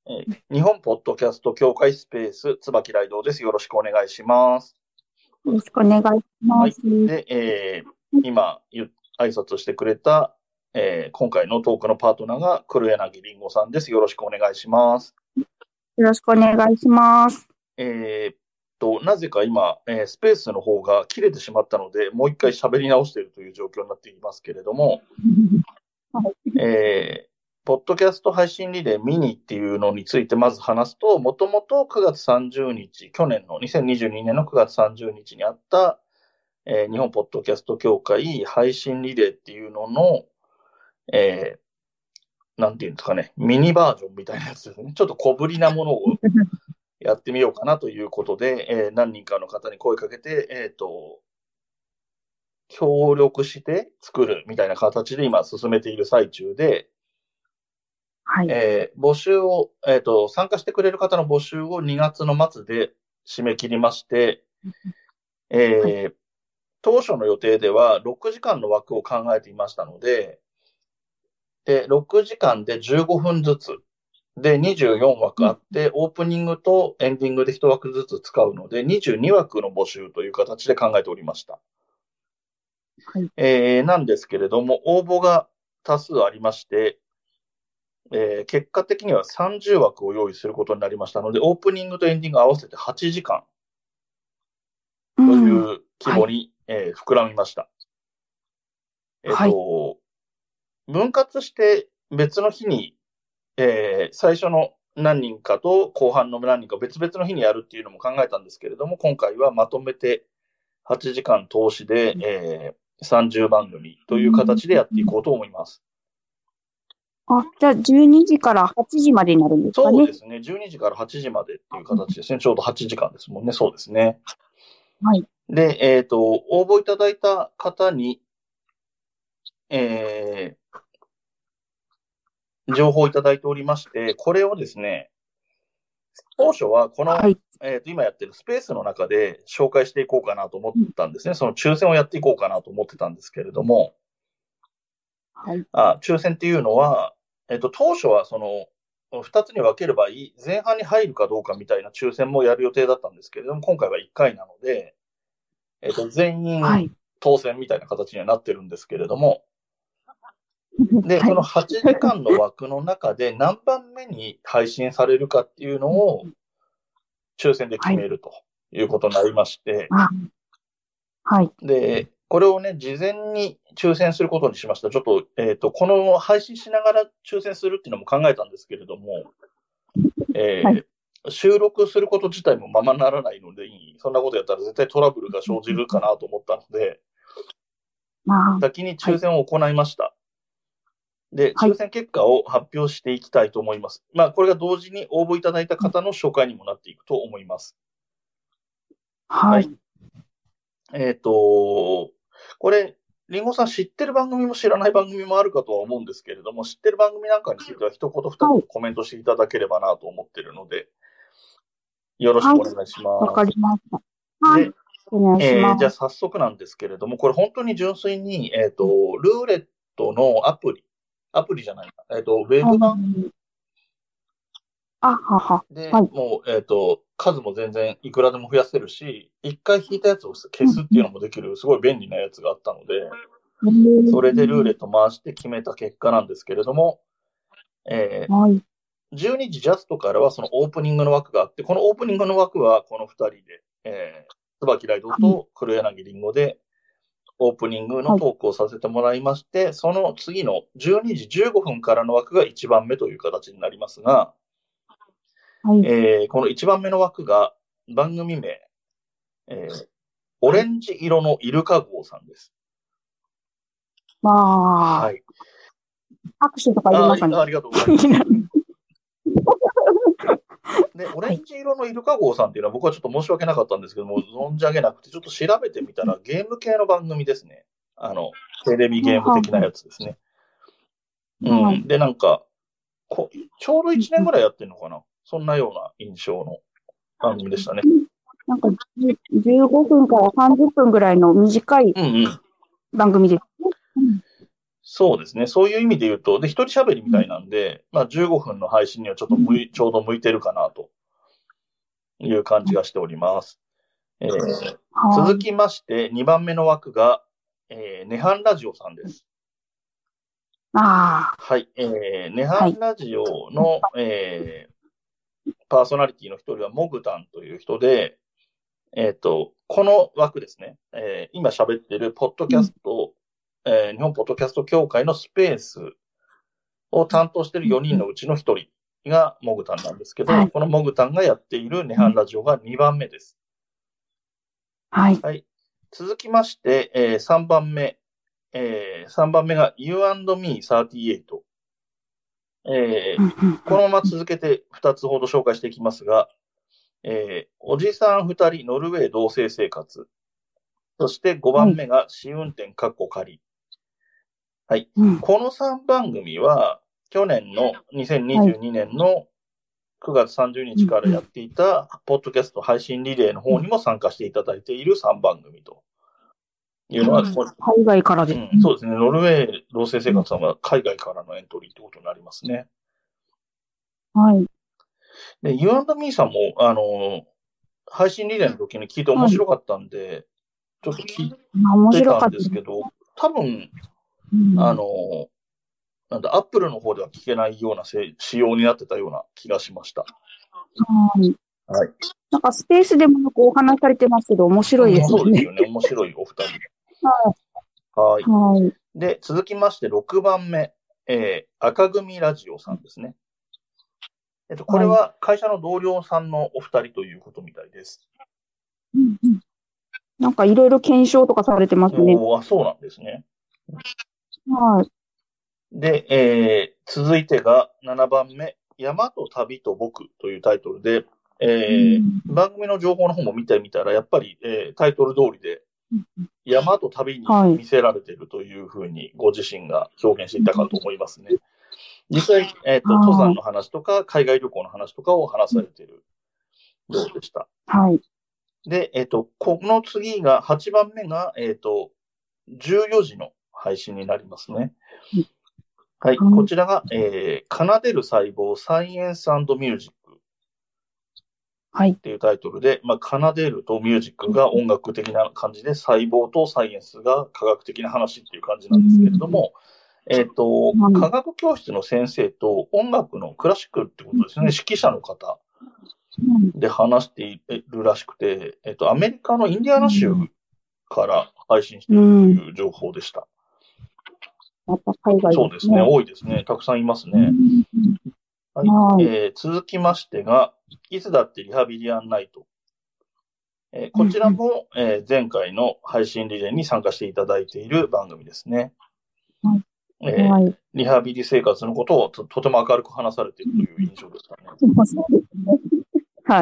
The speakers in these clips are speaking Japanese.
日本ポッドキャスト協会スペース、椿雷堂です。よろしくお願いします。 よろしくお願いします。 で、今、挨拶してくれた、今回のトークのパートナーが黒柳りんごさんです。よろしくお願いします。 よろしくお願いします。 なぜか今、スペースの方が切れてしまったので、もう一回喋り直しているという状況になっていますけれども、ポッドキャスト配信リレーミニっていうのについてまず話すと、もともと9月30日、去年の2022年の9月30日にあった、日本ポッドキャスト協会配信リレーっていうのの、なんていうんですかね、ミニバージョンみたいなやつですね。ちょっと小ぶりなものをやってみようかなということで、何人かの方に声かけて、協力して作るみたいな形で今進めている最中で、 はい。 募集を、参加してくれる方の募集を2月の末で締め切りまして、当初の予定では6時間の枠を考えていましたので、6時間で15分ずつ、で、24枠あって、オープニングとエンディングで1枠ずつ使うので、22枠の募集という形で考えておりました。 はい。 なんですけれども、応募が多数ありまして、結果的には30枠を用意することになりましたので、オープニングとエンディング合わせて8時間という規模に、膨らみました。分割して別の日に、最初の何人かと後半の何人か別々の日にやるっていうのも考えたんですけれども、今回はまとめて8時間通しで、30番組という形でやっていこうと思います。 じゃあ12時から8時までになるんですかね。 そうですね。12時から8時までっていう形ですね。ちょうど8時間ですもんね。そうですね。 はい。 で、応募いただいた方に、情報をいただいておりまして、これをですね、当初はこの、今やってるスペースの中で紹介していこうかなと思ったんですね。その抽選をやっていこうかなと思ってたんですけれども、抽選っていうのは、当初はその、2つに分ければいい、前半に入るかどうかみたいな抽選もやる予定だったんですけれども、今回は1回なので、全員当選みたいな形にはなってるんですけれども、で、その8時間の枠の中で何番目に配信されるかっていうのを抽選で決めるということになりまして、で、これをね、事前に抽選することにしました。ちょっと、この配信しながら抽選するっていうのも考えたんですけれども、収録すること自体もままならないので、そんなことやったら絶対トラブルが生じるかなと思ったので、先に抽選を行いました。で、抽選結果を発表していきたいと思います。まあ、これが同時に応募いただいた方の紹介にもなっていくと思います。はい。これ、りんごさん知ってる番組も知らない番組もあるかとは思うんですけれども、知ってる番組なんかについては一言二言コメントしていただければなと思っているので、よろしくお願いします。 わかりました。 で、じゃあ早速なんですけれども、これ本当に純粋に、ルーレットのアプリじゃないな、ウェブ版で、もう、数も全然いくらでも増やせるし、一回引いたやつを消すっていうのもできる、すごい便利なやつがあったので、それでルーレット回して決めた結果なんですけれども、12時ジャストからはそのオープニングの枠があって、このオープニングの枠はこの2人で、椿ライドと黒柳りんごでオープニングのトークをさせてもらいまして、その次の12時15分からの枠が1番目という形になりますが、この1番目の枠が番組名、オレンジ色のイルカ号さんです。はい。 拍手とか言いましたね。 ありがとうございます。で、オレンジ色のイルカ号さんっていうのは僕はちょっと申し訳なかったんですけども、存じ上げなくて、ちょっと調べてみたらゲーム系の番組ですね。テレビゲーム的なやつですね。で、なんか、ちょうど1年ぐらいやってるのかな。そんなような印象の番組でしたね。 なんか15分から30分ぐらいの短い番組です。 そうですね。そういう意味で言うと、で、一人喋りみたいなんで、まあ15分の配信にはちょっとちょうど向いてるかなという感じがしております。続きまして、2番目の枠が、ネハンラジオさんです。 ああ。 はい。ネハンラジオの、パーソナリティの一人はモグタンという人で、この枠ですね、今喋ってるポッドキャスト、日本ポッドキャスト協会のスペースを担当している4人のうちの1人がモグタンなんですけど、 はいこのモグタンがやっているネハンラジオが2番目です。 はい。 はい。続きまして、3番目。3番目が You&Me38。このまま続けて2つほど紹介していきますが、おじさん2人ノルウェー同棲生活。そして5番目が試運転カッコ仮。はい。この3番組は、去年の2022年の9月30日からやっていた、ポッドキャスト配信リレーの方にも参加していただいている3番組というのは、 海外からです、 そうですね。ノルウェー同棲生活さんは海外からのエントリーということになりますね。 はい。 で、You&Me さんも、配信リレーの時に聞いて面白かったんで、ちょっと聞いてたんですけど、多分、なんだ、アップルの方では聞けないような仕様になってたような気がしました。 はい。 はい。 なんかスペースでもお話されてますけど、面白いですね。 そうですよね。面白いお二人。はい。はい。で、続きまして6番目、赤組ラジオさんですね。これは会社の同僚さんのお二人ということみたいです。 なんかいろいろ検証とかされてますね。 そうなんですね。 はい。 で、続いてが7番目、山と旅と僕というタイトルで、番組の情報の方も見てみたら、やっぱり、タイトル通りで、山と旅に見せられているというふうにご自身が表現していたかと思いますね。実際、登山の話とか、海外旅行の話とかを話されているようでした。 はい。 で、この次が、8番目が、14時の配信になりますね。はい。こちらが、奏でる細胞サイエンス&ミュージック。はい。っていうタイトルで、まあ、奏でるとミュージックが音楽的な感じで、細胞とサイエンスが科学的な話っていう感じなんですけれども、科学教室の先生と音楽のクラシックってことですね、指揮者の方で話しているらしくて、アメリカのインディアナ州から配信しているという情報でした。そうですね、多いですね。たくさんいますね。はい。続きましてが、いつだってリハビリアンナイト。こちらも、前回の配信リレーに参加していただいている番組ですね。リハビリ生活のことをとても明るく話されているという印象ですかね。 そうですね。はい。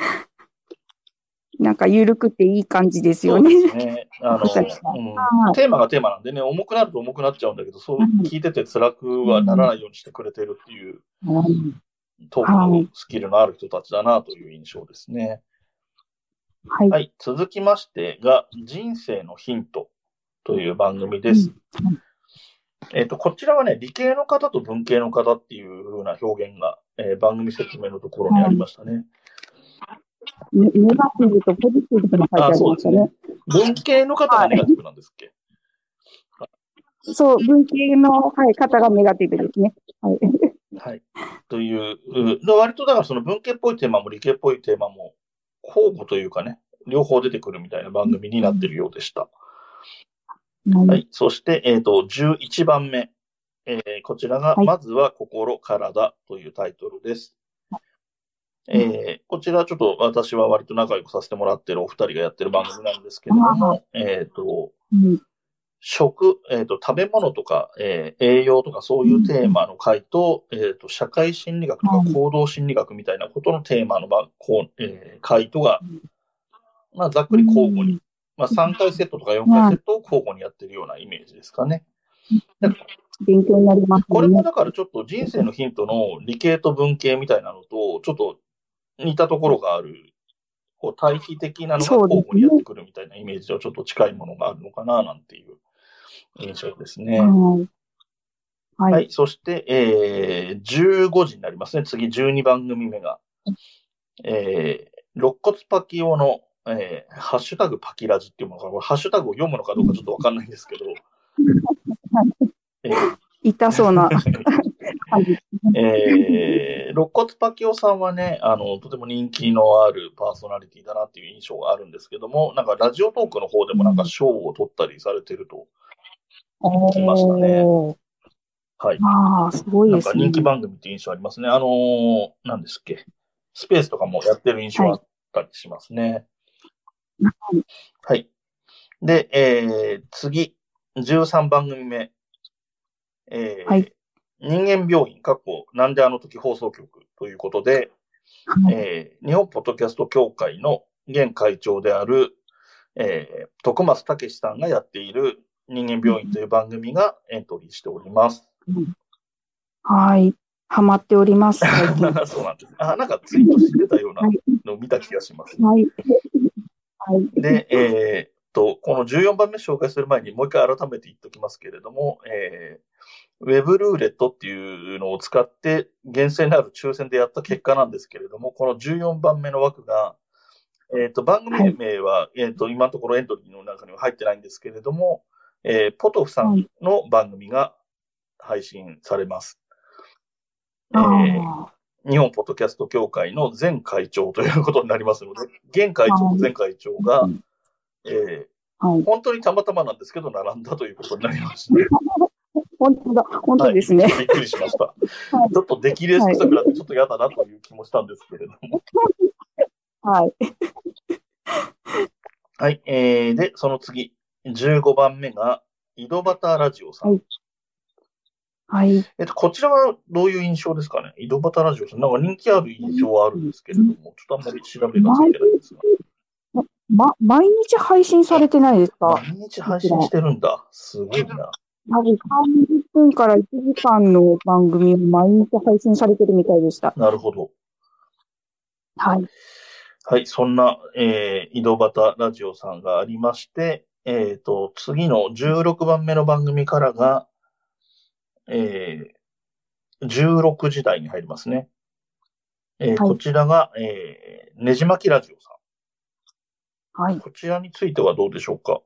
なんか緩くていい感じですよね。 そうですね。テーマがテーマなんでね、重くなると重くなっちゃうんだけど、そう聞いてて辛くはならないようにしてくれてるっていう、トークのスキルのある人たちだなという印象ですね。はい。はい。続きましてが、人生のヒントという番組です。こちらはね、理系の方と文系の方っていう風な表現が、番組説明のところにありましたね。 ネガティブとポジティブの書いてありましたね。 文系の方がネガティブなんですっけ？ そう、文系の、方がネガティブですね。はい。 はい。という、割とだからその文系っぽいテーマも理系っぽいテーマも交互というかね、両方出てくるみたいな番組になっているようでした。はい。そして、11番目。こちらが、まずは心、体というタイトルです。こちらちょっと私は割と仲良くさせてもらっているお二人がやってる番組なんですけれども、食、食べ物とか、栄養とかそういうテーマの回と、社会心理学とか行動心理学みたいなことのテーマの回とが、まあざっくり交互に、まあ3回セットとか4回セットを交互にやってるようなイメージですかね。 勉強になりますね。 これもだからちょっと人生のヒントの理系と文系みたいなのと、ちょっと似たところがある、こう対比的なのが交互にやってくるみたいなイメージはちょっと近いものがあるのかななんていう印象ですね。 はい。 はい。そして、15時になりますね。次、12番組目が。肋骨パキオの、ハッシュタグパキラジっていうものが、これハッシュタグを読むのかどうかちょっとわかんないんですけど、 痛そうな感じ。 肋骨パキオさんはね、とても人気のあるパーソナリティだなっていう印象があるんですけども、なんかラジオトークの方でもなんか賞を取ったりされてると聞きましたね。はい。 ああ、すごいなんかですね。 人気番組って印象ありますね。何ですっけ。スペースとかもやってる印象あったりしますね。はい。で、次、13番組目。 はい。 人間病院、なんであの時放送局ということで、日本ポッドキャスト協会の現会長である、徳松武さんがやっている人間病院という番組がエントリーしております。 はい。ハマっております、最近。 そうなんです。なんかツイートしてたようなのを見た気がします。 はい。はい。 で、この14番目紹介する前にもう一回改めて言っておきますけれども、ウェブルーレットっていうのを使って厳正なる抽選でやった結果なんですけれども、この14番目の枠が、番組名は、今のところエントリーの中には入ってないんですけれども、ポトフさんの番組が配信されます。日本ポッドキャスト協会の前会長ということになりますので、現会長と前会長が、本当にたまたまなんですけど、並んだということになりました。 本当だ、本当ですね。 びっくりしました。ちょっと出来レース臭くなってちょっと嫌だなという気もしたんですけれども。 はい。 はい。で、その次、15番目が、井戸端ラジオさん。 はい。 こちらはどういう印象ですかね。井戸端ラジオさん。なんか人気ある印象はあるんですけれども、ちょっとあんまり調べがついてないんですが。 毎日配信されてないですか？ 毎日配信してるんだ。すごいな。 多分30分から1時間の番組を毎日配信されてるみたいでした。 なるほど。 はい。 はい、そんな、井戸端ラジオさんがありまして、次の16番目の番組からが、16時台に入りますね。こちらが、ねじまきラジオさん。はい。こちらについてはどうでしょうか？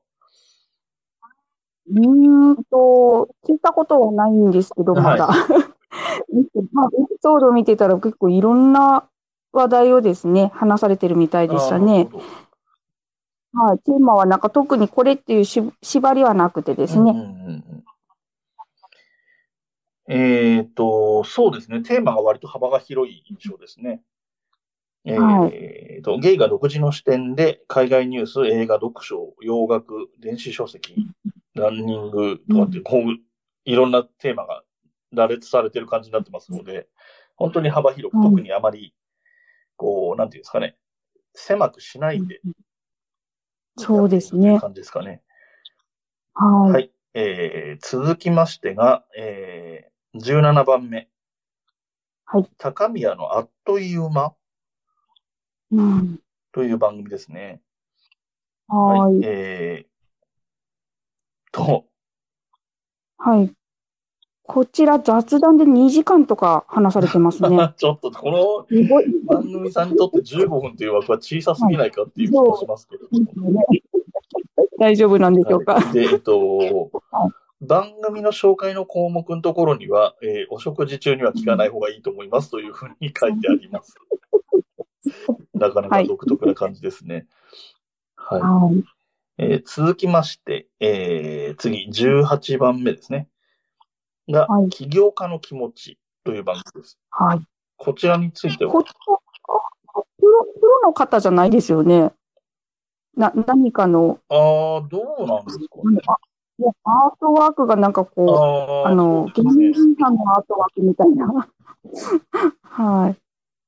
聞いたことはないんですけど、まだ。エピソードを見てたら結構いろんな話題をですね、話されてるみたいでしたね。はい。テーマはなんか特にこれっていう縛りはなくてですね。 そうですね。テーマが割と幅が広い印象ですね。ゲイが独自の視点で海外ニュース、映画、読書、洋楽、電子書籍、ランニングとかって、いろんなテーマが羅列されてる感じになってますので、本当に幅広く、特にあまり、なんていうんですかね、狭くしないで、 そうですね。 感じですかね。 はい。 続きましてが、17番目。 はい。 高宮のあっという間という番組ですね。はい。 はい。こちら雑談で2時間とか話されてますね。 ちょっとこの番組さんにとって15分という枠は小さすぎないかっていう気もしますけど。 大丈夫なんでしょうか。 で、番組の紹介の項目のところには、お食事中には聞かない方がいいと思いますというふうに書いてあります。なかなか独特な感じですね。はい。続きまして、次、18番目ですね。が、起業家の気持ちという番組です。はい。こちらについては。プロの方じゃないですよね。何かの。 どうなんですかね。 アートワークがなんか芸人さんのアートワークみたいな。はい。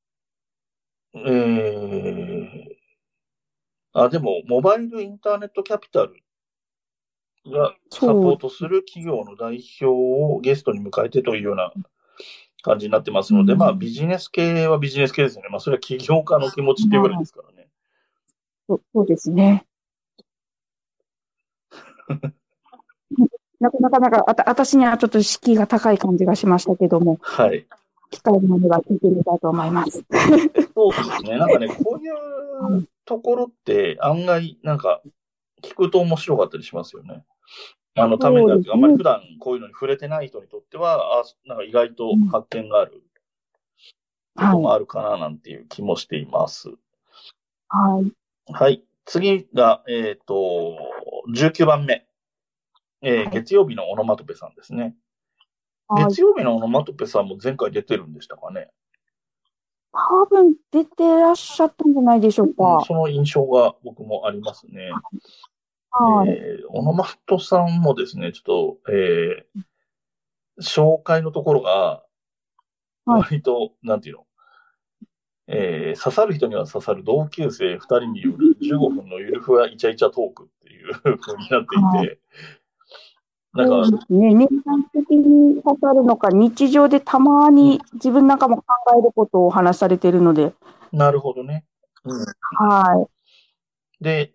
でも、モバイルインターネットキャピタルがサポートする企業の代表をゲストに迎えてというような感じになってますので、まあビジネス系はビジネス系ですよね。まあそれは起業家の気持ちっていうぐらいですからね。 そうですね。 なかなか、私にはちょっと敷居が高い感じがしましたけども、 はい。 機会のでは聞いてみたいと思います。 そうですね。なんかね、こういうところって案外、なんか、聞くと面白かったりしますよね。ためになるというか、あんまり普段こういうのに触れてない人にとっては、なんか意外と発見があることもあるかななんていう気もしています。 はい。 はい。次が、19番目。月曜日のオノマトペさんですね。月曜日のオノマトペさんも前回出てるんでしたかね。 多分出てらっしゃったんじゃないでしょうか。 その印象が僕もありますね。 はい。 オノマトさんもですね、ちょっと、紹介のところが、割と、なんていうの、刺さる人には刺さる同級生2人による15分のゆるふわイチャイチャトークっていう風になっていて、なんか、 そうですね。年間的に刺さるのか、日常でたまに自分なんかも考えることをお話しされているので。 なるほどね。 はい。 で、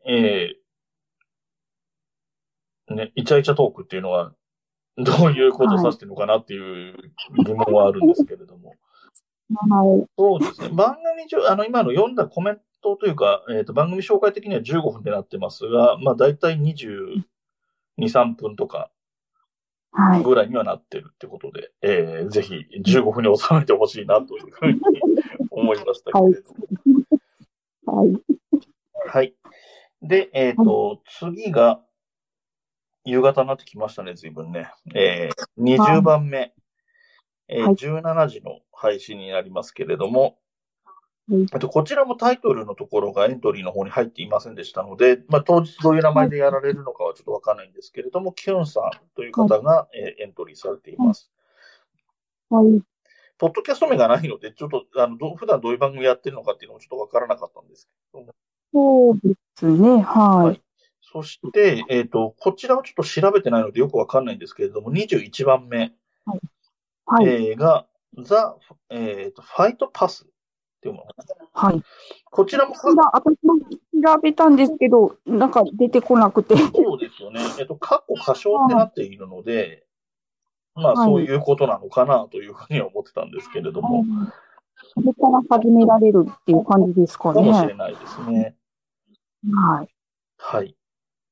イチャイチャトークっていうのは、どういうことを指してるのかなっていう疑問はあるんですけれども。 はい。 そうですね。番組上、今の読んだコメントというか、番組紹介的には15分でなってますが、まあ、だいたい22、3分とか、ぐらいにはなってるってことで、ぜひ15分に収めてほしいなというふうに思いましたけれども。 はい。 はい。で、次が、夕方になってきましたね、随分ね。20番目、17時の配信になりますけれども、こちらもタイトルのところがエントリーの方に入っていませんでしたので、まあ、当日どういう名前でやられるのかはちょっとわかんないんですけれども、キュンさんという方が、エントリーされています。はい。ポッドキャスト名がないので、ちょっと、普段どういう番組やってるのかっていうのもちょっとわからなかったんですけども。 そうですね、はい。 そして、こちらはちょっと調べてないのでよくわかんないんですけれども、21番目。が、ファイトパスっていうもの。はい。こちらも、 私も調べたんですけど、なんか出てこなくて。 そうですよね。過去歌唱ってなっているので、まあ、そういうことなのかなというふうには思ってたんですけれども。 それから始められるっていう感じですかね。 かもしれないですね。 はい。 はい。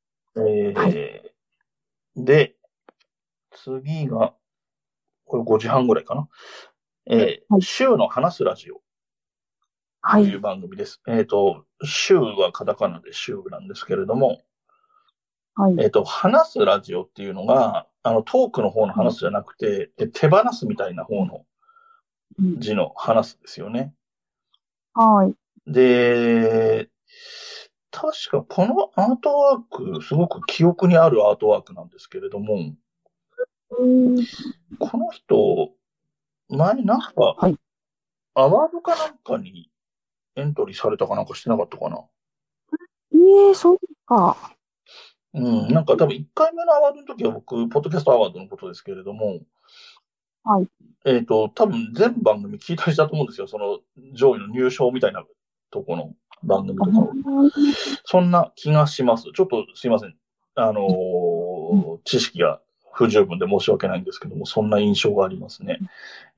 で、次が、これ5時半ぐらいかな。週の話すラジオ。という番組です。週はカタカナで週なんですけれども、話すラジオっていうのが、トークの方の話すじゃなくて、手放すみたいな方の字の話すですよね。はい。で、確かこのアートワーク、すごく記憶にあるアートワークなんですけれども、この人、前なんか、アワードかなんかにエントリーされたかなんかしてなかったかな。そうか。うん、なんか多分1回目のアワードの時は僕、ポッドキャストアワードのことですけれども、はい。多分全番組聞いたりしたと思うんですよ。その上位の入賞みたいなとこの番組とかを。そんな気がします。ちょっとすいません。知識が不十分で申し訳ないんですけども、そんな印象がありますね。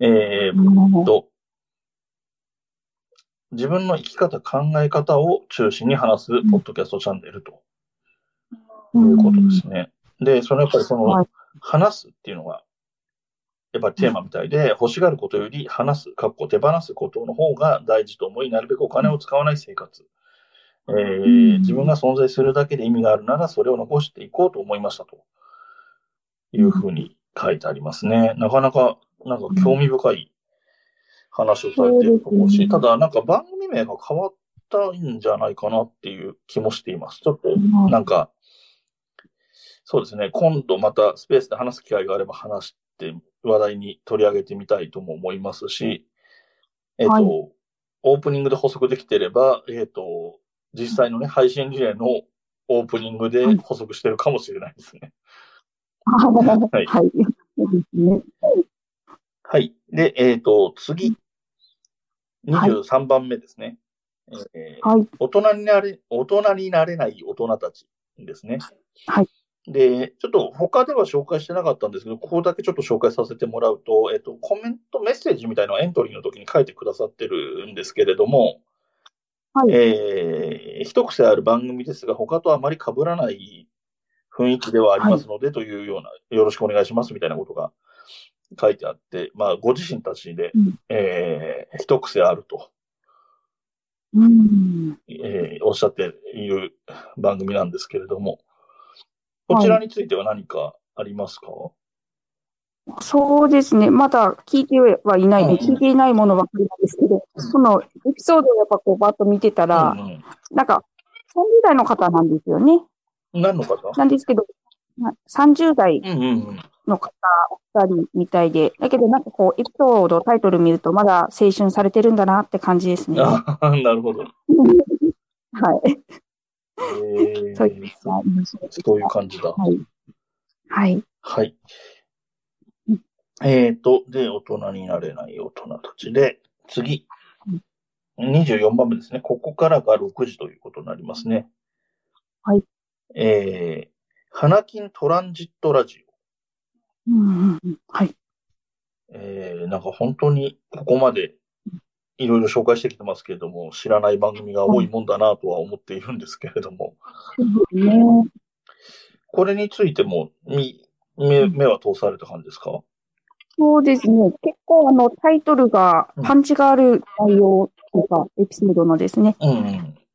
自分の生き方、考え方を中心に話すポッドキャストチャンネルということですね。で、そのやっぱりその、話すっていうのが、やっぱりテーマみたいで、欲しがることより話す、手放すことの方が大事と思い、なるべくお金を使わない生活。自分が存在するだけで意味があるなら、それを残していこうと思いましたというふうに書いてありますね。なかなか、なんか興味深い話をされていると思うし、ただなんか番組名が変わったんじゃないかなっていう気もしています。ちょっと、なんか、そうですね、今度またスペースで話す機会があれば話して話題に取り上げてみたいとも思いますし、オープニングで補足できてれば、実際のね、配信事例のオープニングで補足してるかもしれないですね。はい。はい。そうですね。はい。で、次。23番目ですね。大人になれない大人たちですね。はい。 で、ちょっと他では紹介してなかったんですけど、ここだけちょっと紹介させてもらうと、コメント、メッセージみたいなのをエントリーの時に書いてくださってるんですけれども、 はい。 一癖ある番組ですが、他とあまり被らない雰囲気ではありますので、というような、よろしくお願いしますみたいなことが書いてあって、まあ、ご自身たちで、一癖あると、おっしゃっている番組なんですけれども、こちらについては何かありますか？ そうですね。まだ聞いてはいない、聞いていないものばかりなんですけど、そのエピソードをやっぱこうバッと見てたら、なんか30代の方なんですよね。 何の方？ なんですけど、30代の方2人みたいで、だけどなんかこうエピソード、タイトル見るとまだ青春されてるんだなって感じですね。 なるほど。 はい。 そういう感じだ。 はい。はい。 はい。で、大人になれない大人たちで、次。24番目ですね。ここからが6時ということになりますね。 はい。 花金トランジットラジオ。はい。 なんか本当にここまでいろいろ紹介してきてますけれども、知らない番組が多いもんだなとは思っているんですけれども。これについても目は通された感じですか？ そうですね。結構タイトルがパンチがある内容とか、エピソードのですね。はい。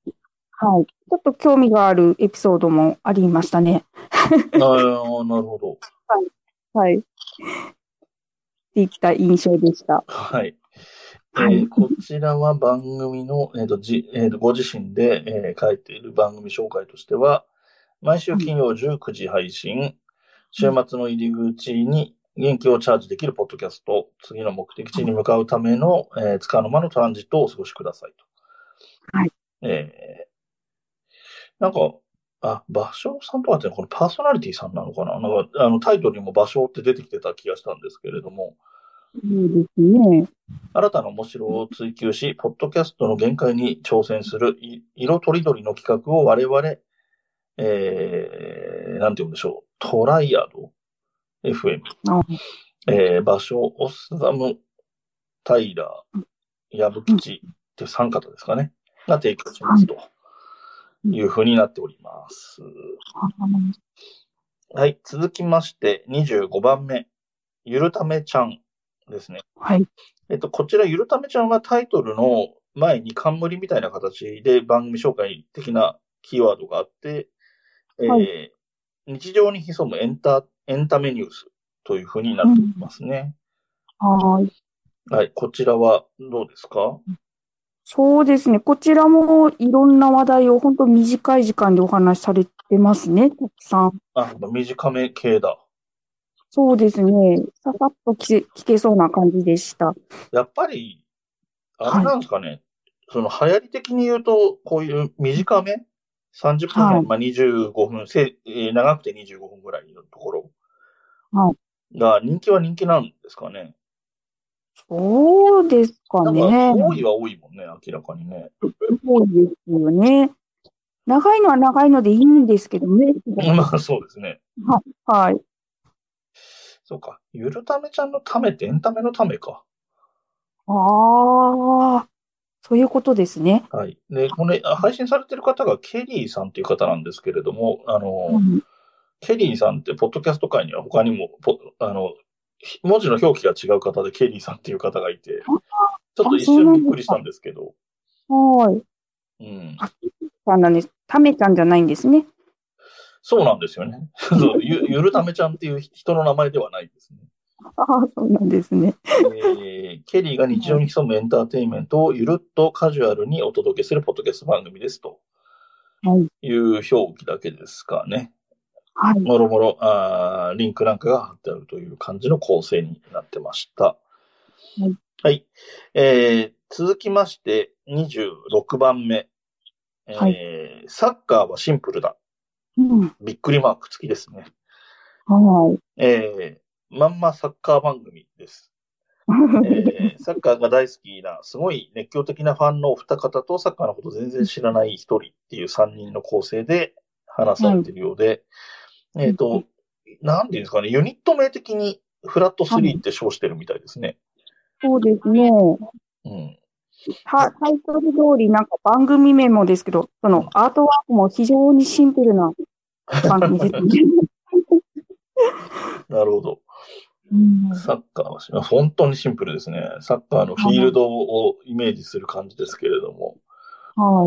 ちょっと興味があるエピソードもありましたね。 なるほど。 はい。っていった印象でした。 はい。こちらは番組の、ご自身で、書いている番組紹介としては、毎週金曜19時配信、週末の入り口に元気をチャージできるポッドキャスト、次の目的地に向かうための、つかの間のトランジットをお過ごしくださいと。 はい。 なんか、芭蕉さんとかってこのパーソナリティさんなのかな、なんかタイトルにも芭蕉って出てきてた気がしたんですけれども。 そうですね。 新たな面白を追求し、ポッドキャストの限界に挑戦する色とりどりの企画を我々、なんて言うんでしょう、トライアド FM、芭蕉、オッサム、タイラー、矢吹吉っていう3方ですかね、が提供しますというふうになっております。はい、続きまして25番目、ゆるためちゃんですね。 はい。 こちら、ゆるためちゃんはタイトルの前に冠みたいな形で番組紹介的なキーワードがあって、日常に潜むエンタメニュースというふうになっていますね。はい。こちらはどうですか？ そうですね。こちらもいろんな話題を本当短い時間でお話しされてますね、たくさん。 短め系だ。 そうですね。ささっと聞けそうな感じでした。 やっぱり、あれなんですかね。その流行り的に言うと、こういう短め ?30 分ぐらい、25分、長くて25分ぐらいのところが人気は人気なんですかね。 そうですかね。 多いは多いもんね、明らかにね。 多いですよね。長いのは長いのでいいんですけどね。 まあそうですね。 はい。 そうか。ゆるためちゃんのためってエンタメのためか。 ああ、そういうことですね。 はい。で、これ、配信されてる方がケリーさんっていう方なんですけれども、ケリーさんってポッドキャスト界には他にも、文字の表記が違う方でケリーさんっていう方がいて、ちょっと一瞬びっくりしたんですけど。 はい。ケリーさんなんです。ためちゃんじゃないんですね。 そうなんですよね。ゆるためちゃんっていう人の名前ではないですね。 そうなんですね。 ケリーが日常に潜むエンターテインメントをゆるっとカジュアルにお届けするポッドキャスト番組ですという表記だけですかね。もろもろリンクなんかが貼ってあるという感じの構成になってました。はい。続きまして26番目、サッカーはシンプルだ。びっくりマーク付きですね。まんまサッカー番組です。サッカーが大好きな、すごい熱狂的なファンのお二方とサッカーのこと全然知らない一人っていう3人の構成で話されているようで、 なんていうんですかね、ユニット名的にフラット3って称してるみたいですね。 そうですね。 うん。 タイトル通り、なんか番組名もですけど、そのアートワークも非常にシンプルな番組ですね。 なるほど。 うん、 サッカーは本当にシンプルですね。サッカーのフィールドをイメージする感じですけれども、 はい。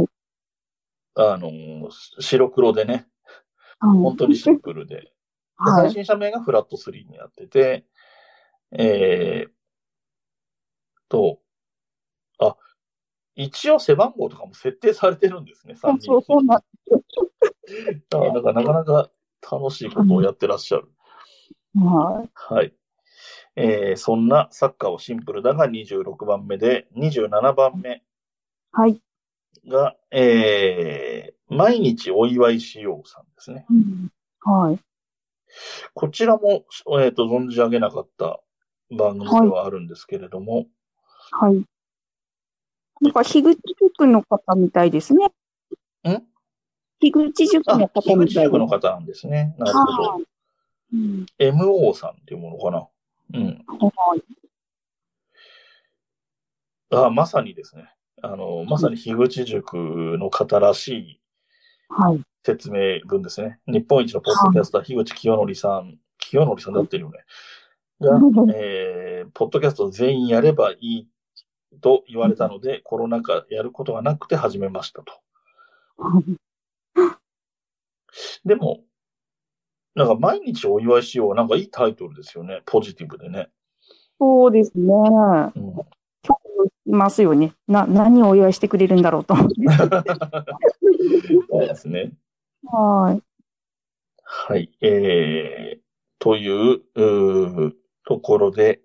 白黒でね、 はい。 本当にシンプルで、で、 はい。 配信者名がフラット3になってて、えーっと、あ、一応背番号とかも設定されてるんですね、3人に。 そうなんなんかなかなか楽しいことをやってらっしゃる。 はい。 はい。そんなサッカーをシンプルだが26番目で、27番目はい。 が、毎日お祝いしようさんですね。 うん、はい。 こちらも、存じ上げなかった番組はい。 ではあるんですけれども、 はい。なんか、樋口塾の方みたいですね。樋口塾の方樋口みたいです。 塾の方なんですね。なるほど。 はい。うん。 MO さんっていうものかな。うん。 はい。 まさにですね。まさに樋口塾の方らしいはい。 説明文ですね。日本一のポッドキャスター、樋口清則さん、清則さんで合ってるよね。が、ポッドキャストを全員やればいいと言われたので、コロナ禍やることがなくて始めましたと。でも、なんか毎日お祝いしよう。なんかいいタイトルですよね。ポジティブでね。 そうですね。 うん。 結構いますよね。何をお祝いしてくれるんだろうと思って。 そうですね。 はい。 はい。というところで、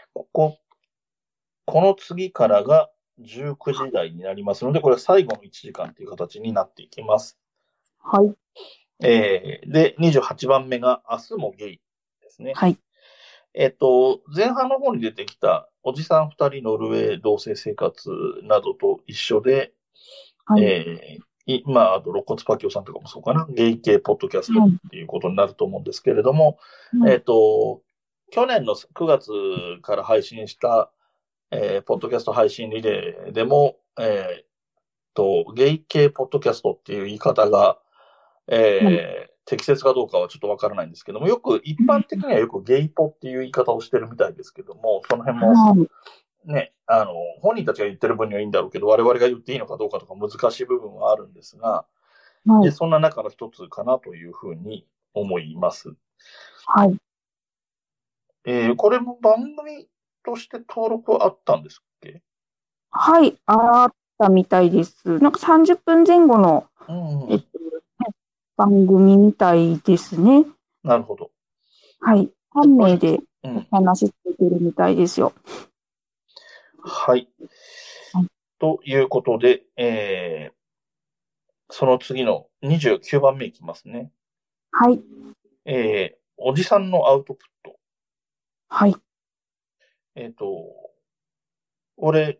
この次からが19時台になりますので、これは最後の1時間という形になっていきます。 はい。 で、28番目が明日もゲイですね。 はい。 前半の方に出てきたおじさん2人ノルウェー同棲生活などと一緒で、 はい。 あと、肋骨パキオさんとかもそうかな、ゲイ系ポッドキャストっていうことになると思うんですけれども、 はい。 去年の9月から配信した、ポッドキャスト配信リレーでも、ゲイ系ポッドキャストっていう言い方が、適切かどうかはちょっとわからないんですけども、一般的にはよくゲイポっていう言い方をしてるみたいですけども、その辺も、 はい。 ね、本人たちが言ってる分にはいいんだろうけど、我々が言っていいのかどうかとか難しい部分はあるんですが、 はい。 そんな中の一つかなというふうに思います。 はい。 これも番組として登録はあったんですっけ？ はい。あったみたいです。なんか30分前後の、 うんうん。 えっと、番組みたいですね。 なるほど。 はい。3 やっぱり、 名でおうん。 話ししてるみたいですよ。 はい。 はい。 ということで、その次の29番目いきますね。 はい。 おじさんのアウトプット。 はい。 俺、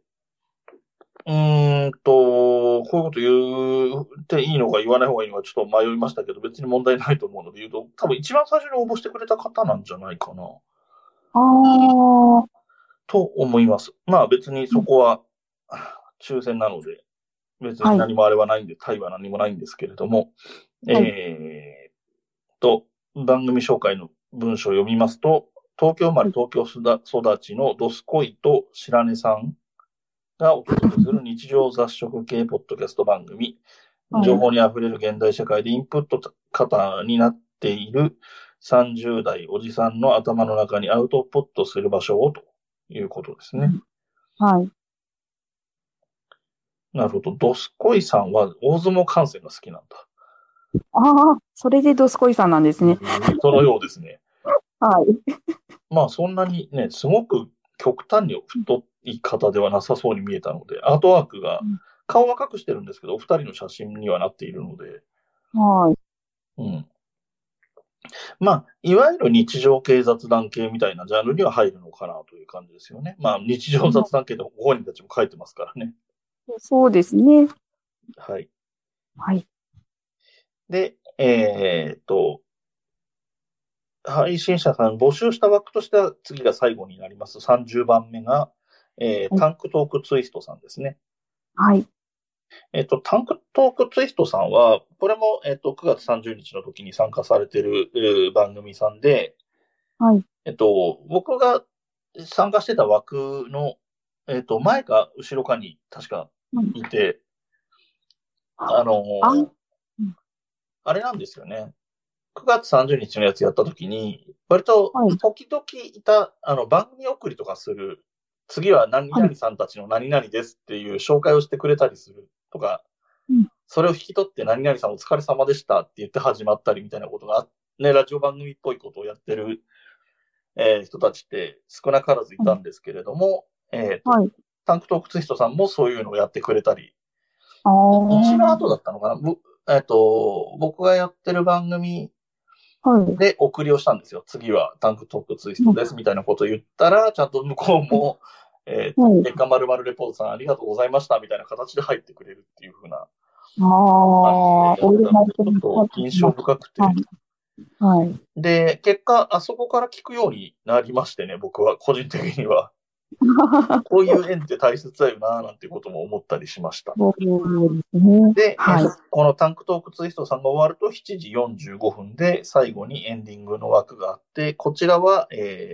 こういうこと言っていいのか言わない方がいいのかちょっと迷いましたけど、別に問題ないと思うので言うと、多分一番最初に応募してくれた方なんじゃないかな、 ああ、 と思います。まあ別にそこは抽選なので、別にはい。 何もあれはないんで、タイは何もないんですけれども、 はい。 番組紹介の文章を読みますと、東京生まれ東京育ちのドスコイと白根さんがお届けする日常雑食系ポッドキャスト番組、 はい。 情報に溢れる現代社会でインプット型になっている30代おじさんの頭の中にアウトプットする場所をということですね。 はい。 なるほど。ドスコイさんは大相撲観戦が好きなんだ。 ああ、それでドスコイさんなんですね。 そのようですね。 はい。 まあそんなにね、すごく極端に太い方ではなさそうに見えたので、アートワークが、顔は隠してるんですけど、お二人の写真にはなっているので、 はい。 うん。まあ、いわゆる日常系雑談系みたいなジャンルには入るのかなという感じですよね。まあ、日常雑談系でご本人たちも書いてますからね。 そうですね。 はい。 はい。 で、 配信者さん募集した枠としては次が最後になります。30番目が、タンクトークツイストさんですね。 はい。 タンクトークツイストさんは、これも、9月30日の時に参加されている番組さんで、 はい。 僕が参加してた枠の、前か後ろかに確かいて、あれなんですよね。9月30日のやつやった時に、割と時々いた、番組送りとかする、次は何々さんたちの何々ですっていう紹介をしてくれたりするとか、それを引き取って何々さんお疲れ様でしたって言って始まったりみたいなことがね、ラジオ番組っぽいことをやってる、人たちって少なからずいたんですけれども、タンクトークツイストさんもそういうのをやってくれたり、一の後だったのかな、僕がやってる番組で送りをしたんですよ。次はタンクトークツイストですみたいなことを言ったら、ちゃんと向こうも、月刊まるまるレポートさんありがとうございましたみたいな形で入ってくれるっていう風な感じで、ちょっと印象深くて。で、結果、あそこから聞くようになりましてね、僕は、個人的には。こういう縁って大切だよな、なんていうことも思ったりしました。で、このタンクトークツイストさんが終わると7時45分で最後にエンディングの枠があって、こちらは、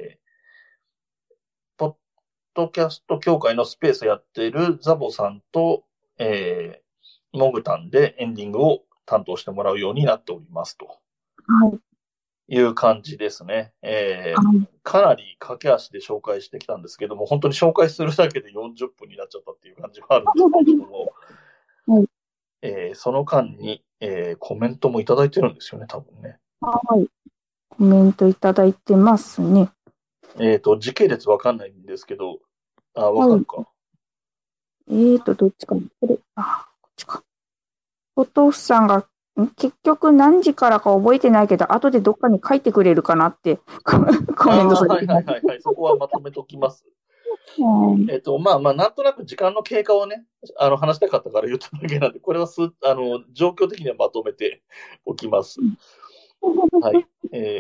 ポッドキャスト協会のスペースやっているザボさんと、モグタンでエンディングを担当してもらうようになっておりますと。いう感じですね。かなり駆け足で紹介してきたんですけども、本当に紹介するだけで40分になっちゃったっていう感じはあるんですけども、その間に、コメントもいただいてるんですよね、多分ね。 はい。コメントいただいてますね。 時系列わかんないんですけど、わかるか。 どっちかな。こっちか。お父さんが結局何時からか覚えてないけど、後でどっかに書いてくれるかなってコメントされてます。 はい。そこはまとめときます。なんとなく時間の経過をね、話したかったから言っただけなんで、これは状況的にはまとめておきます。はい。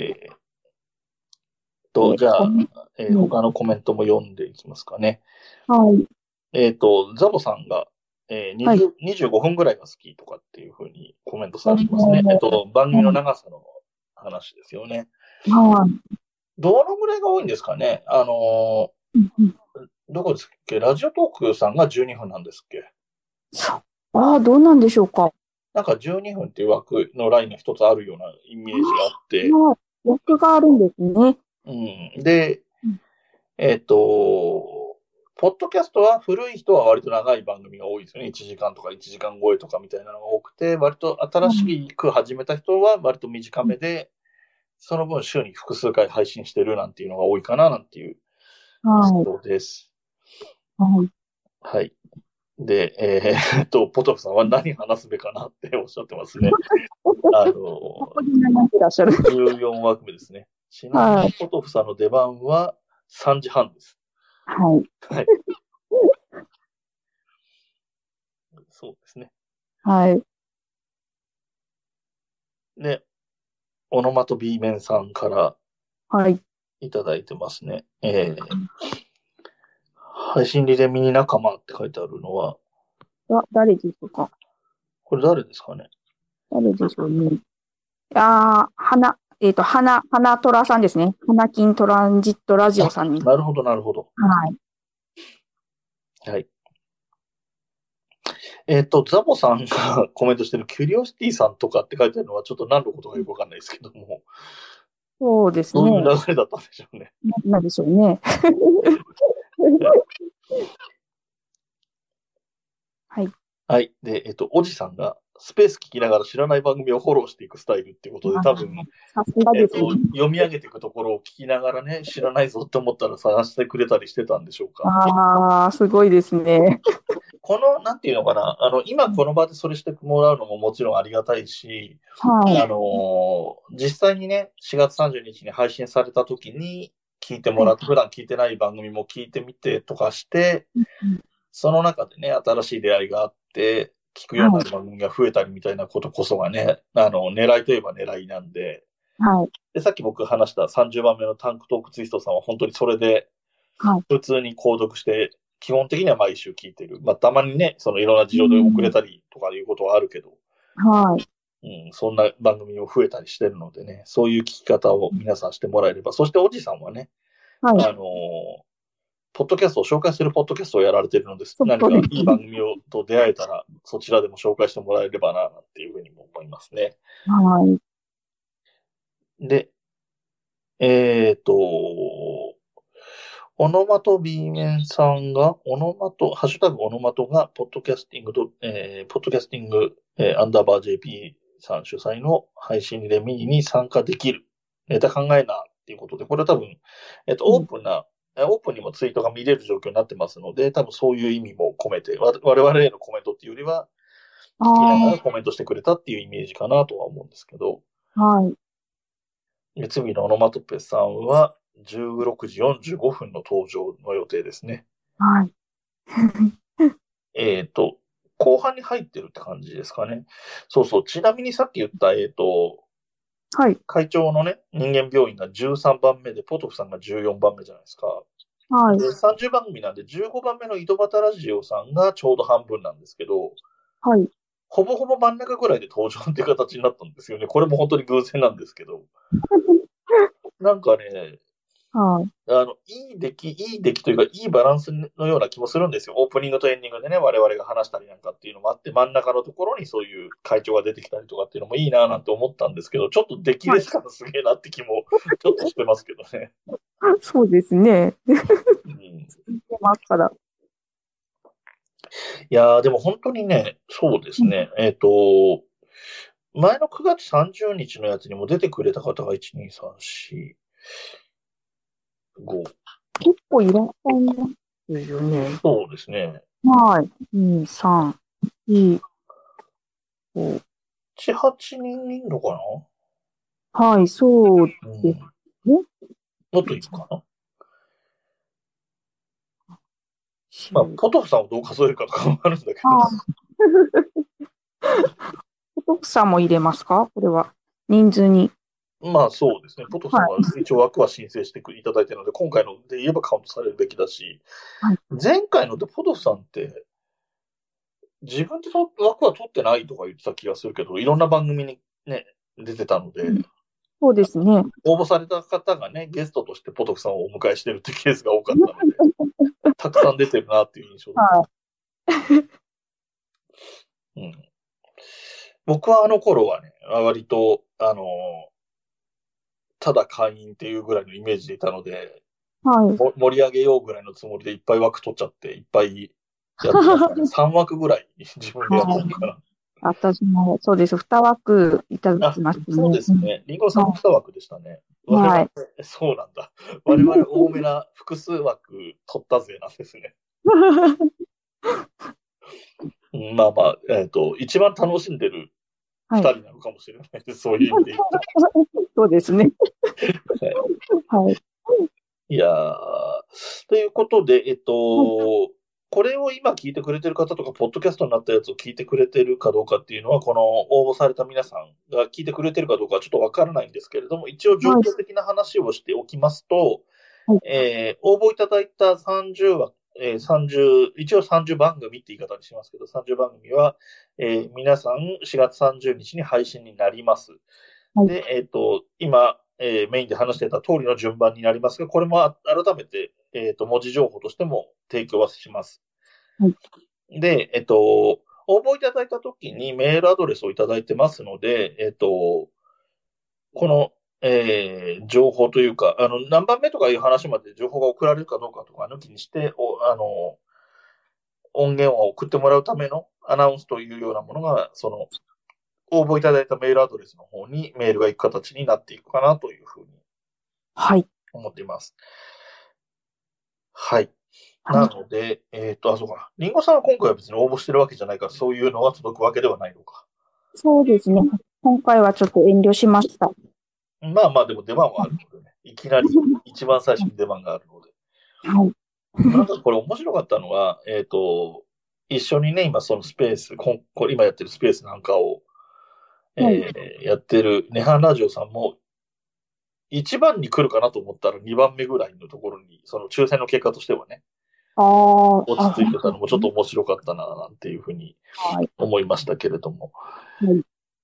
じゃあ、他のコメントも読んでいきますかね。 はい。 ザボさんが、25分ぐらいが好きとかっていうふうにコメントされてますね。番組の長さの話ですよね。どのぐらいが多いんですかね。どこですっけ？ラジオトークさんが12分なんですっけ？ どうなんでしょうか。 なんか12分っていう枠のラインが一つあるようなイメージがあって。 枠があるんですね。 で、ポッドキャストは古い人は割と長い番組が多いですよね。1時間とか1時間超えとかみたいなのが多くて、割と新しく始めた人は割と短めで、その分週に複数回配信してるなんていうのが多いかななんていうそうです。はい。で、ポトフさんは何話すべかなっておっしゃってますね。14枠目ですね。ちなみにポトフさんの出番は3時半です。はい。そうですね。 はい。 で、オノマト B 面さんからいただいてますね。配信リレミニ仲間って書いてあるのは、 誰でしょうか。 これ誰ですかね。 誰でしょうね。花虎さんですね。花金トランジットラジオさんに。 なるほど。はい。ザボさんがコメントしてるキュリオシティさんとかって書いてあるのはちょっと何のことかよくわかんないですけども。 そうですね。 どういう流れだったんでしょうね。 なんでしょうね。はい。 はい。で、おじさんがスペース聞きながら知らない番組をフォローしていくスタイルっていうことで、多分、読み上げていくところを聞きながらね、知らないぞって思ったら探してくれたりしてたんでしょうか。 すごいですね。 この、なんていうのかな、今この場でそれしてもらうのももちろんありがたいし、実際にね、4月30日に配信された時に聞いてもらって、普段聞いてない番組も聞いてみてとかして、その中でね、新しい出会いがあって、聞くような番組が増えたりみたいなことこそがね、狙いといえば狙いなんで、 はい。 で、さっき僕話した30番目のタンクトークツイストさんは本当にそれで、 はい。 普通に購読して、基本的には毎週聞いてる。まあ、たまにね、そのいろんな事う情で遅れん。 たりとかいうことはあるけど、 はい。 そんな番組も増えたりしてるのでね、そういう聞き方を皆さんしてもらえれば、そしておじさんはね、 はい。 あのーポッドキャストを紹介するポッドキャストをやられているのです。何かそうですね。 いい番組と出会えたら、そちらでも紹介してもらえればな、っていうふうにも思いますね。 はい。 で、えっと、オノマト B 面さんが、ハッシュタグオノマトが、ポッドキャスティング、アンダーバー JP さん主催の配信レミに参加できる。ネタ考えな、っていうことで、これは多分、オープンにもツイートが見れる状況になってますので、多分そういう意味も込めて、我々へのコメントっていうよりは、聞きながらあコメントしてくれたっていうイメージかなとは思うんですけど、 あ、はい。 次のオノマトペさんは16時45分の登場の予定ですね。 はい。 えっと、後半に入ってるって感じですかね。そうそう。ちなみにさっき言った、 はい。 会長のね、人間病院が13番目で、ポトフさんが14番目じゃないですか。 はい。 で、30番組なんで、15番目の井戸端ラジオさんがちょうど半分なんですけど、 はい。 ほぼほぼ真ん中ぐらいで登場っていう形になったんですよね。これも本当に偶然なんですけど。なんかね、 はい。 いい出来というか、いいバランスのような気もするんですよ。オープニングとエンディングでね、我々が話したりなんかっていうのもあって、真ん中のところにそういう会長が出てきたりとかっていうのもいいなぁなんて思ったんですけど、ちょっと出来レス感すげえなって気もちょっとしてますけどね。 そうですね。 うん、 出ますから。 いやー、でも本当にね、そうですね。前の9月30日のやつにも出てくれた方が1、2、3、4、5。 結構いらっしゃいますよね。 そうですね。 はい。2、3、4、5。 7、8人いるのかはい、そうな。うですん。 ね。 もっといるかな。まあ、 10。 ポトフさんをどう数えるかとかもあるんだけど。 ああ、徳さんも入れますかこれは。人数に。 まあそうですね。ポトフさんははい。 一応枠は申請していただいているので、今回ので言えばカウントされるべきだし、 はい。 前回のでポトフさんって自分で枠は取ってないとか言ってた気がするけど、いろんな番組にね、出てたので、 うん、そうですね。 応募された方がね、ゲストとしてポトフさんをお迎えしてるってケースが多かったので、たくさん出てるなっていう印象だった。 はうん、僕はあの頃はね、割と、ただ会員っていうぐらいのイメージでいたので、 い。はい。 盛り上げようぐらいのつもりでいっぱい枠取っちゃって、いっぱいやってましたね。3枠ぐらい自分でやったはい。 のかな。 私も、そうです。2枠いただあ、 きましたそうね。うん。 ですね。リンゴさんも2枠でしたね。我々、 はい。 そうなんだ。我々多めな複数枠取ったぜなんですね。まあまあ、一番楽しんでるはい。 2人なのかもしれないです。そういう意味で言うと。 そうですね。 はい、 はい。 いやー、ということで、 はい。 これを今聞いてくれてる方とか、ポッドキャストになったやつを聞いてくれてるかどうかっていうのは、この応募された皆さんが聞いてくれてるかどうかはちょっとわからないんですけれども、一応状はい。 況的な話をしておきますと、 はい。 応募いただいた30話、30、一応30番組って言い方にしますけど、30番組は、皆さん4月30日に配信になります。 はい。 で、今、メインで話してた通りの順番になりますが、これも改めて、文字情報としても提供はします。 はい。 で、応募いただいたときにメールアドレスをいただいてますので、この、情報というか、何番目とかいう話まで情報が送られるかどうかとか抜きにして、音源を送ってもらうためのアナウンスというようなものが、その、応募いただいたメールアドレスの方にメールが行く形になっていくかなというふうにはい。 思っています。はい。 はい。 なので、そうか。リンゴさんは今回は別に応募してるわけじゃないから、そういうのが届くわけではないのか。 そうですね。今回はちょっと遠慮しました。 まあまあ、でも出番はあるのでね。いきなり一番最初に出番があるので。 はい。 なんかこれ面白かったのが、一緒にね、今そのスペース、今やってるスペースなんかを、 はい。 やってるネハンラジオさんも、 1番に来るかなと思ったら2番目ぐらいのところに、その抽選の結果としてはね、落ち着いてたのもちょっと面白かったな、なんていうふうに思いましたけれども。はい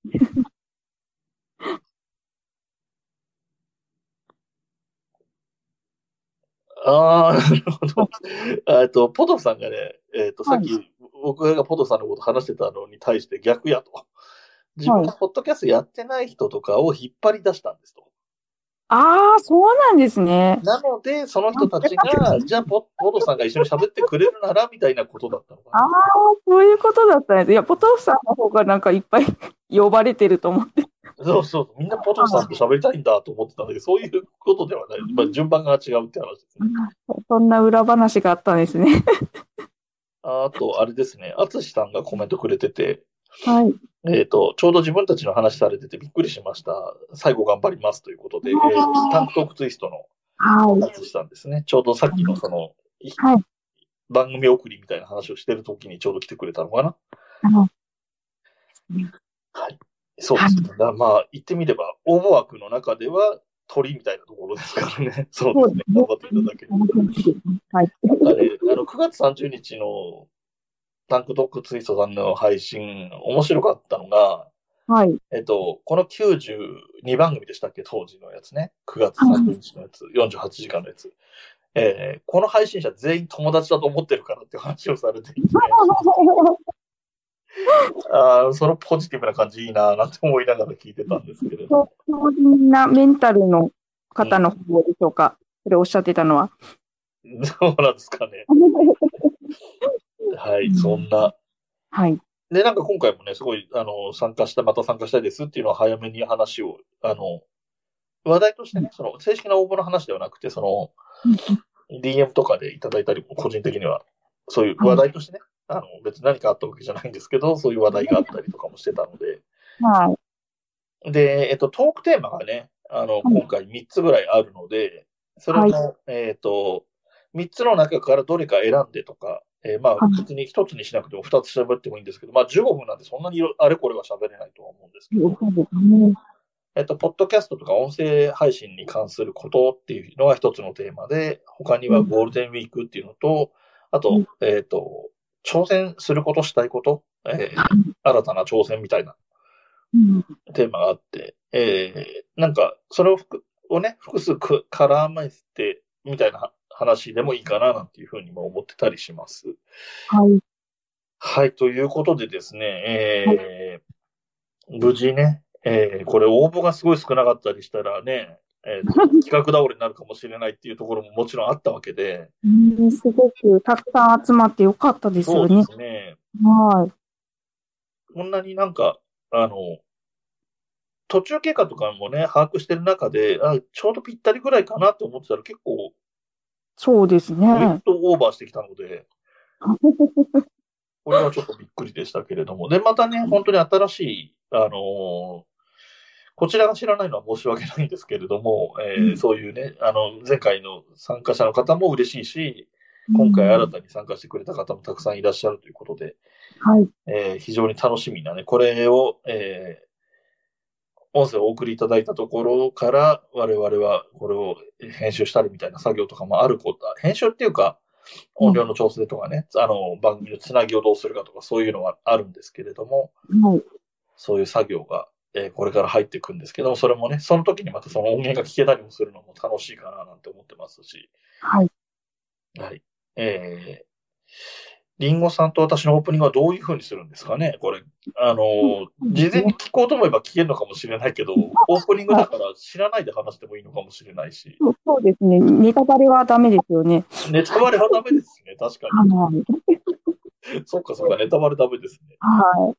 なるほど。ポトフさんがね、さっき僕がポトフさんのこと話してたのに対して逆やと。自分がポッドキャストやってない人とかを引っ張り出したんですと。 ああ、そうなんですね。 なので、その人たちが、じゃあポトフさんが一緒に喋ってくれるなら、みたいなことだったのかな。 ああ、そういうことだったんです。いや、ポトフさんの方がなんかいっぱい呼ばれてると思って。 そうそう。みんなポトフさんと喋りたいんだと思ってたんだけど、そういうことではない。まあ、順番が違うって話ですね。 そんな裏話があったんですね。 あと、あれですね。淳さんがコメントくれてて、 はい。 ちょうど自分たちの話されててびっくりしました。最後頑張りますということで、タンクトークツイストの淳さんですね。ちょうどさっきのその、番組送りみたいな話をしてるときにちょうど来てくれたのかな。はい。そうですね。まあ、言ってみれば、応募枠の中では鳥みたいなところですからね。そうですね。頑張っていただける。はい。9月30日のタンクトークツイストさんの配信、面白かったのが、はい。この92番組でしたっけ、当時のやつね。9月30日のやつ、48時間のやつ。この配信者全員友達だと思ってるからって話をされていて、そのポジティブな感じいいなぁなんて思いながら聞いてたんですけれど。 みんなメンタルの方の方でしょうか、それおっしゃってたのは。 そうなんですかね。はい、そんな。はい。で、なんか今回もね、すごい、また参加したいですっていうのは早めに話を、話題としてね、その、正式な応募の話ではなくて、その、DM とかでいただいたりも、個人的には、そういう話題としてね、別に何かあったわけじゃないんですけど、そういう話題があったりとかもしてたので。はい。で、トークテーマがね、今回3つぐらいあるので、それも、3つの中からどれか選んでとか、まあ、別に1つにしなくても2つ喋ってもいいんですけど、まあ、15分なんでそんなにあれこれは喋れないとは思うんですけど、ポッドキャストとか音声配信に関することっていうのが一つのテーマで、他にはゴールデンウィークっていうのと、あと、挑戦すること、したいこと、新たな挑戦みたいなテーマがあって、なんか、それをね、複数絡めて、みたいな話でもいいかな、なんていうふうにも思ってたりします。はい。はい、ということでですね、無事ね、これ応募がすごい少なかったりしたらね、企画倒れになるかもしれないっていうところももちろんあったわけで。 すごくたくさん集まってよかったですよね。 そうですね。はい。こんなになんか、途中経過とかもね、把握してる中で、ちょうどぴったりぐらいかなって思ってたら結構、 そうですね。 ウェイトオーバーしてきたので、これはちょっとびっくりでしたけれども。で、またね、本当に新しい、こちらが知らないのは申し訳ないんですけれども、そういうね、前回の参加者の方も嬉しいし、今回新たに参加してくれた方もたくさんいらっしゃるということで、はい。非常に楽しみなね、これを、音声をお送りいただいたところから、我々はこれを編集したりみたいな作業とかもあること、編集っていうか、音量の調整とかね、番組のつなぎをどうするかとか、そういうのはあるんですけれども、はい、そういう作業が、これから入っていくんですけども、それもね、その時にまたその音源が聞けたりもするのも楽しいかななんて思ってますし、はい。はい。リンゴさんと私のオープニングはどういう風にするんですかねこれ、事前に聞こうと思えば聞けるのかもしれないけど、オープニングだから知らないで話してもいいのかもしれないし。 そうですね。ネタバレはダメですよね。 ネタバレはダメですね。確かに。そっかそっか、ネタバレダメですね。はい。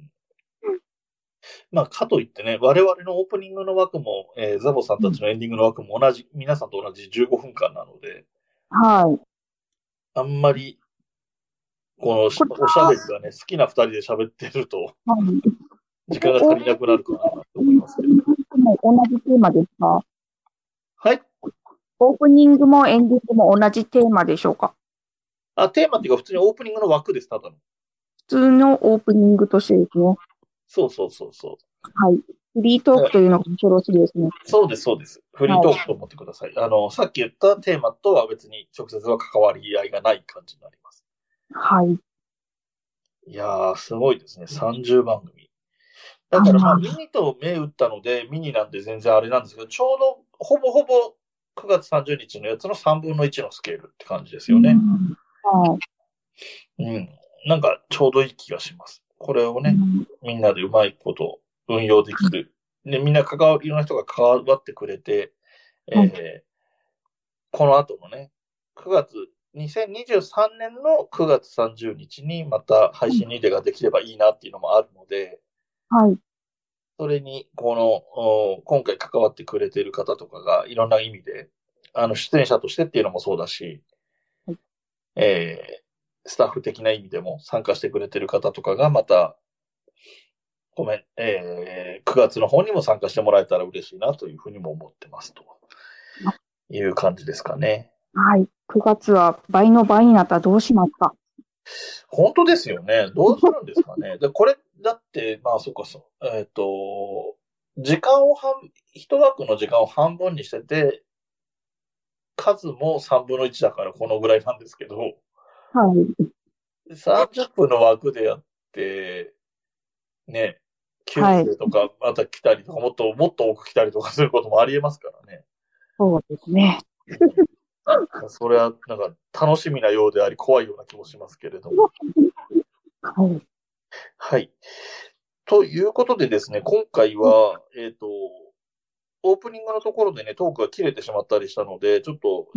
まあ、かといってね、我々のオープニングの枠も、ザボさんたちのエンディングの枠も皆さんと同じ15分間なので、はい。あんまり、このおしゃべりがね、好きな二人で喋ってると、時間が足りなくなるかなと思いますけど。 同じテーマですか？ はい。 オープニングもエンディングも同じテーマでしょうか？ テーマっていうか普通にオープニングの枠です、ただの。 普通のオープニングとしてですね。 そうそうそうそう。 はい。 フリートークというのが恐ろしいですね。 そうです、そうです。フリートークと思ってください。さっき言ったテーマとは別に直接は関わり合いがない感じになります。 はい。 いやー、すごいですね。30番組。だからミニと銘打ったので、ミニなんで全然あれなんですけど、ちょうどほぼほぼ9月30日のやつの3分の1のスケールって感じですよね。 はい。 なんかちょうどいい気がします。これをね、みんなでうまいこと運用できる。で、みんないろんな人が関わってくれて、この後のね、2023年の9月30日にまた配信リレーができればいいなっていうのもあるので、 はい。 それに、今回関わってくれている方とかがいろんな意味で、出演者としてっていうのもそうだし、スタッフ的な意味でも参加してくれている方とかがまた、9月の方にも参加してもらえたら嬉しいなというふうにも思ってますという感じですかね。 はい。9月は倍の倍になったらどうしますか？ 本当ですよね。どうするんですかね。で、これ、だって、まあ、そっかそう。時間を一枠の時間を半分にしてて、数も3分の1だからこのぐらいなんですけど、 はい。 30分の枠でやって、ね、9世とかまた来たりとか、もっと多く来たりとかすることもありえますからね。 そうですね。 それは、なんか、楽しみなようであり、怖いような気もしますけれども。 はい。 はい。ということでですね、今回は、オープニングのところでね、トークが切れてしまったりしたので、ちょっと、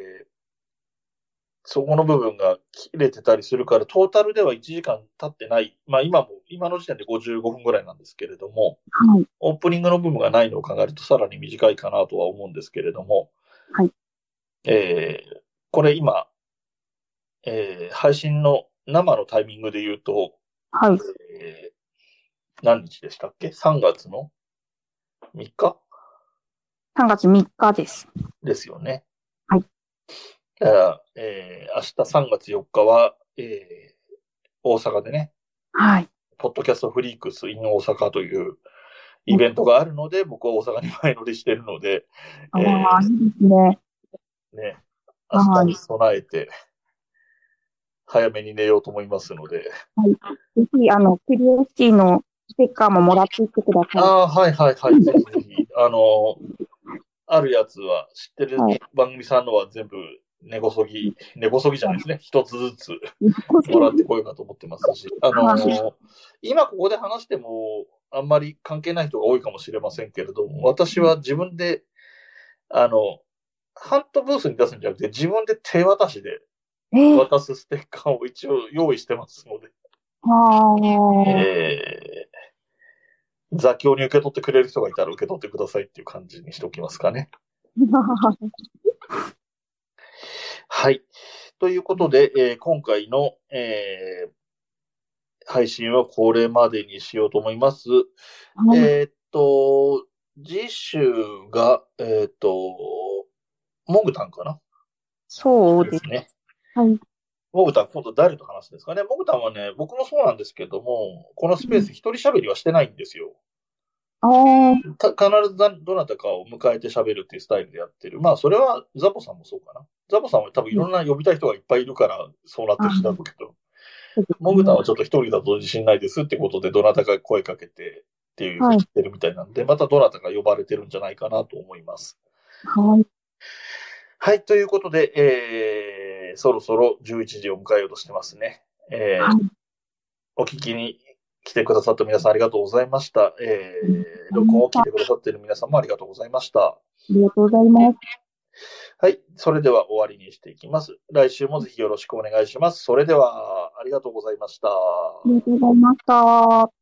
そこの部分が切れてたりするから、トータルでは1時間経ってない。まあ今の時点で55分ぐらいなんですけれども、 はい。 オープニングの部分がないのを考えるとさらに短いかなとは思うんですけれども、 はい。 これ今、配信の生のタイミングで言うと、 はい。 何日でしたっけ？ 3 月の3日 3月3日です。 ですよね。 はい。 明日3月4日は、大阪でね、 はい。 ポッドキャストフリークス in 大阪というイベントがあるので、僕は大阪に前乗りしてるので、 ああ、いいですね。 ね、明日に備えて、早めに寝ようと思いますので。 はい。ぜひ、クリエスティのステッカーももらっていってください。 はいはいはい。ぜひぜひ。あるやつは、知ってる番組さんのは全部根こそぎじゃないですね。一つずつもらってこようかと思ってますし、今ここで話しても、あんまり関係ない人が多いかもしれませんけれども、私は自分で、ハントブースに出すんじゃなくて、自分で手渡しで渡すステッカーを一応用意してますので、座興に受け取ってくれる人がいたら受け取ってくださいっていう感じにしておきますかね。はい。ということで、今回の、配信はこれまでにしようと思います。次週が、モグタンかな？ そうですね。 はい。 モグタン、今度誰と話すんですかね？モグタンはね、僕もそうなんですけども、このスペース一人喋りはしてないんですよ。必ずどなたかを迎えて喋るっていうスタイルでやってる。まあ、それはザボさんもそうかな。ザボさんは多分いろんな呼びたい人がいっぱいいるから、そうなってるんだろうけど。モグタンはちょっと一人だと自信ないですってことで、どなたか声かけてっていうふうに言ってるみたいなんで、またどなたか呼ばれてるんじゃないかなと思います。 はい。 はい、ということで、そろそろ11時を迎えようとしてますね。お聞きに来てくださった皆さんありがとうございました。録音を聞いてくださっている皆さんもありがとうございました。 ありがとうございます。 はい。それでは終わりにしていきます。来週もぜひよろしくお願いします。それでは、ありがとうございました。 ありがとうございました。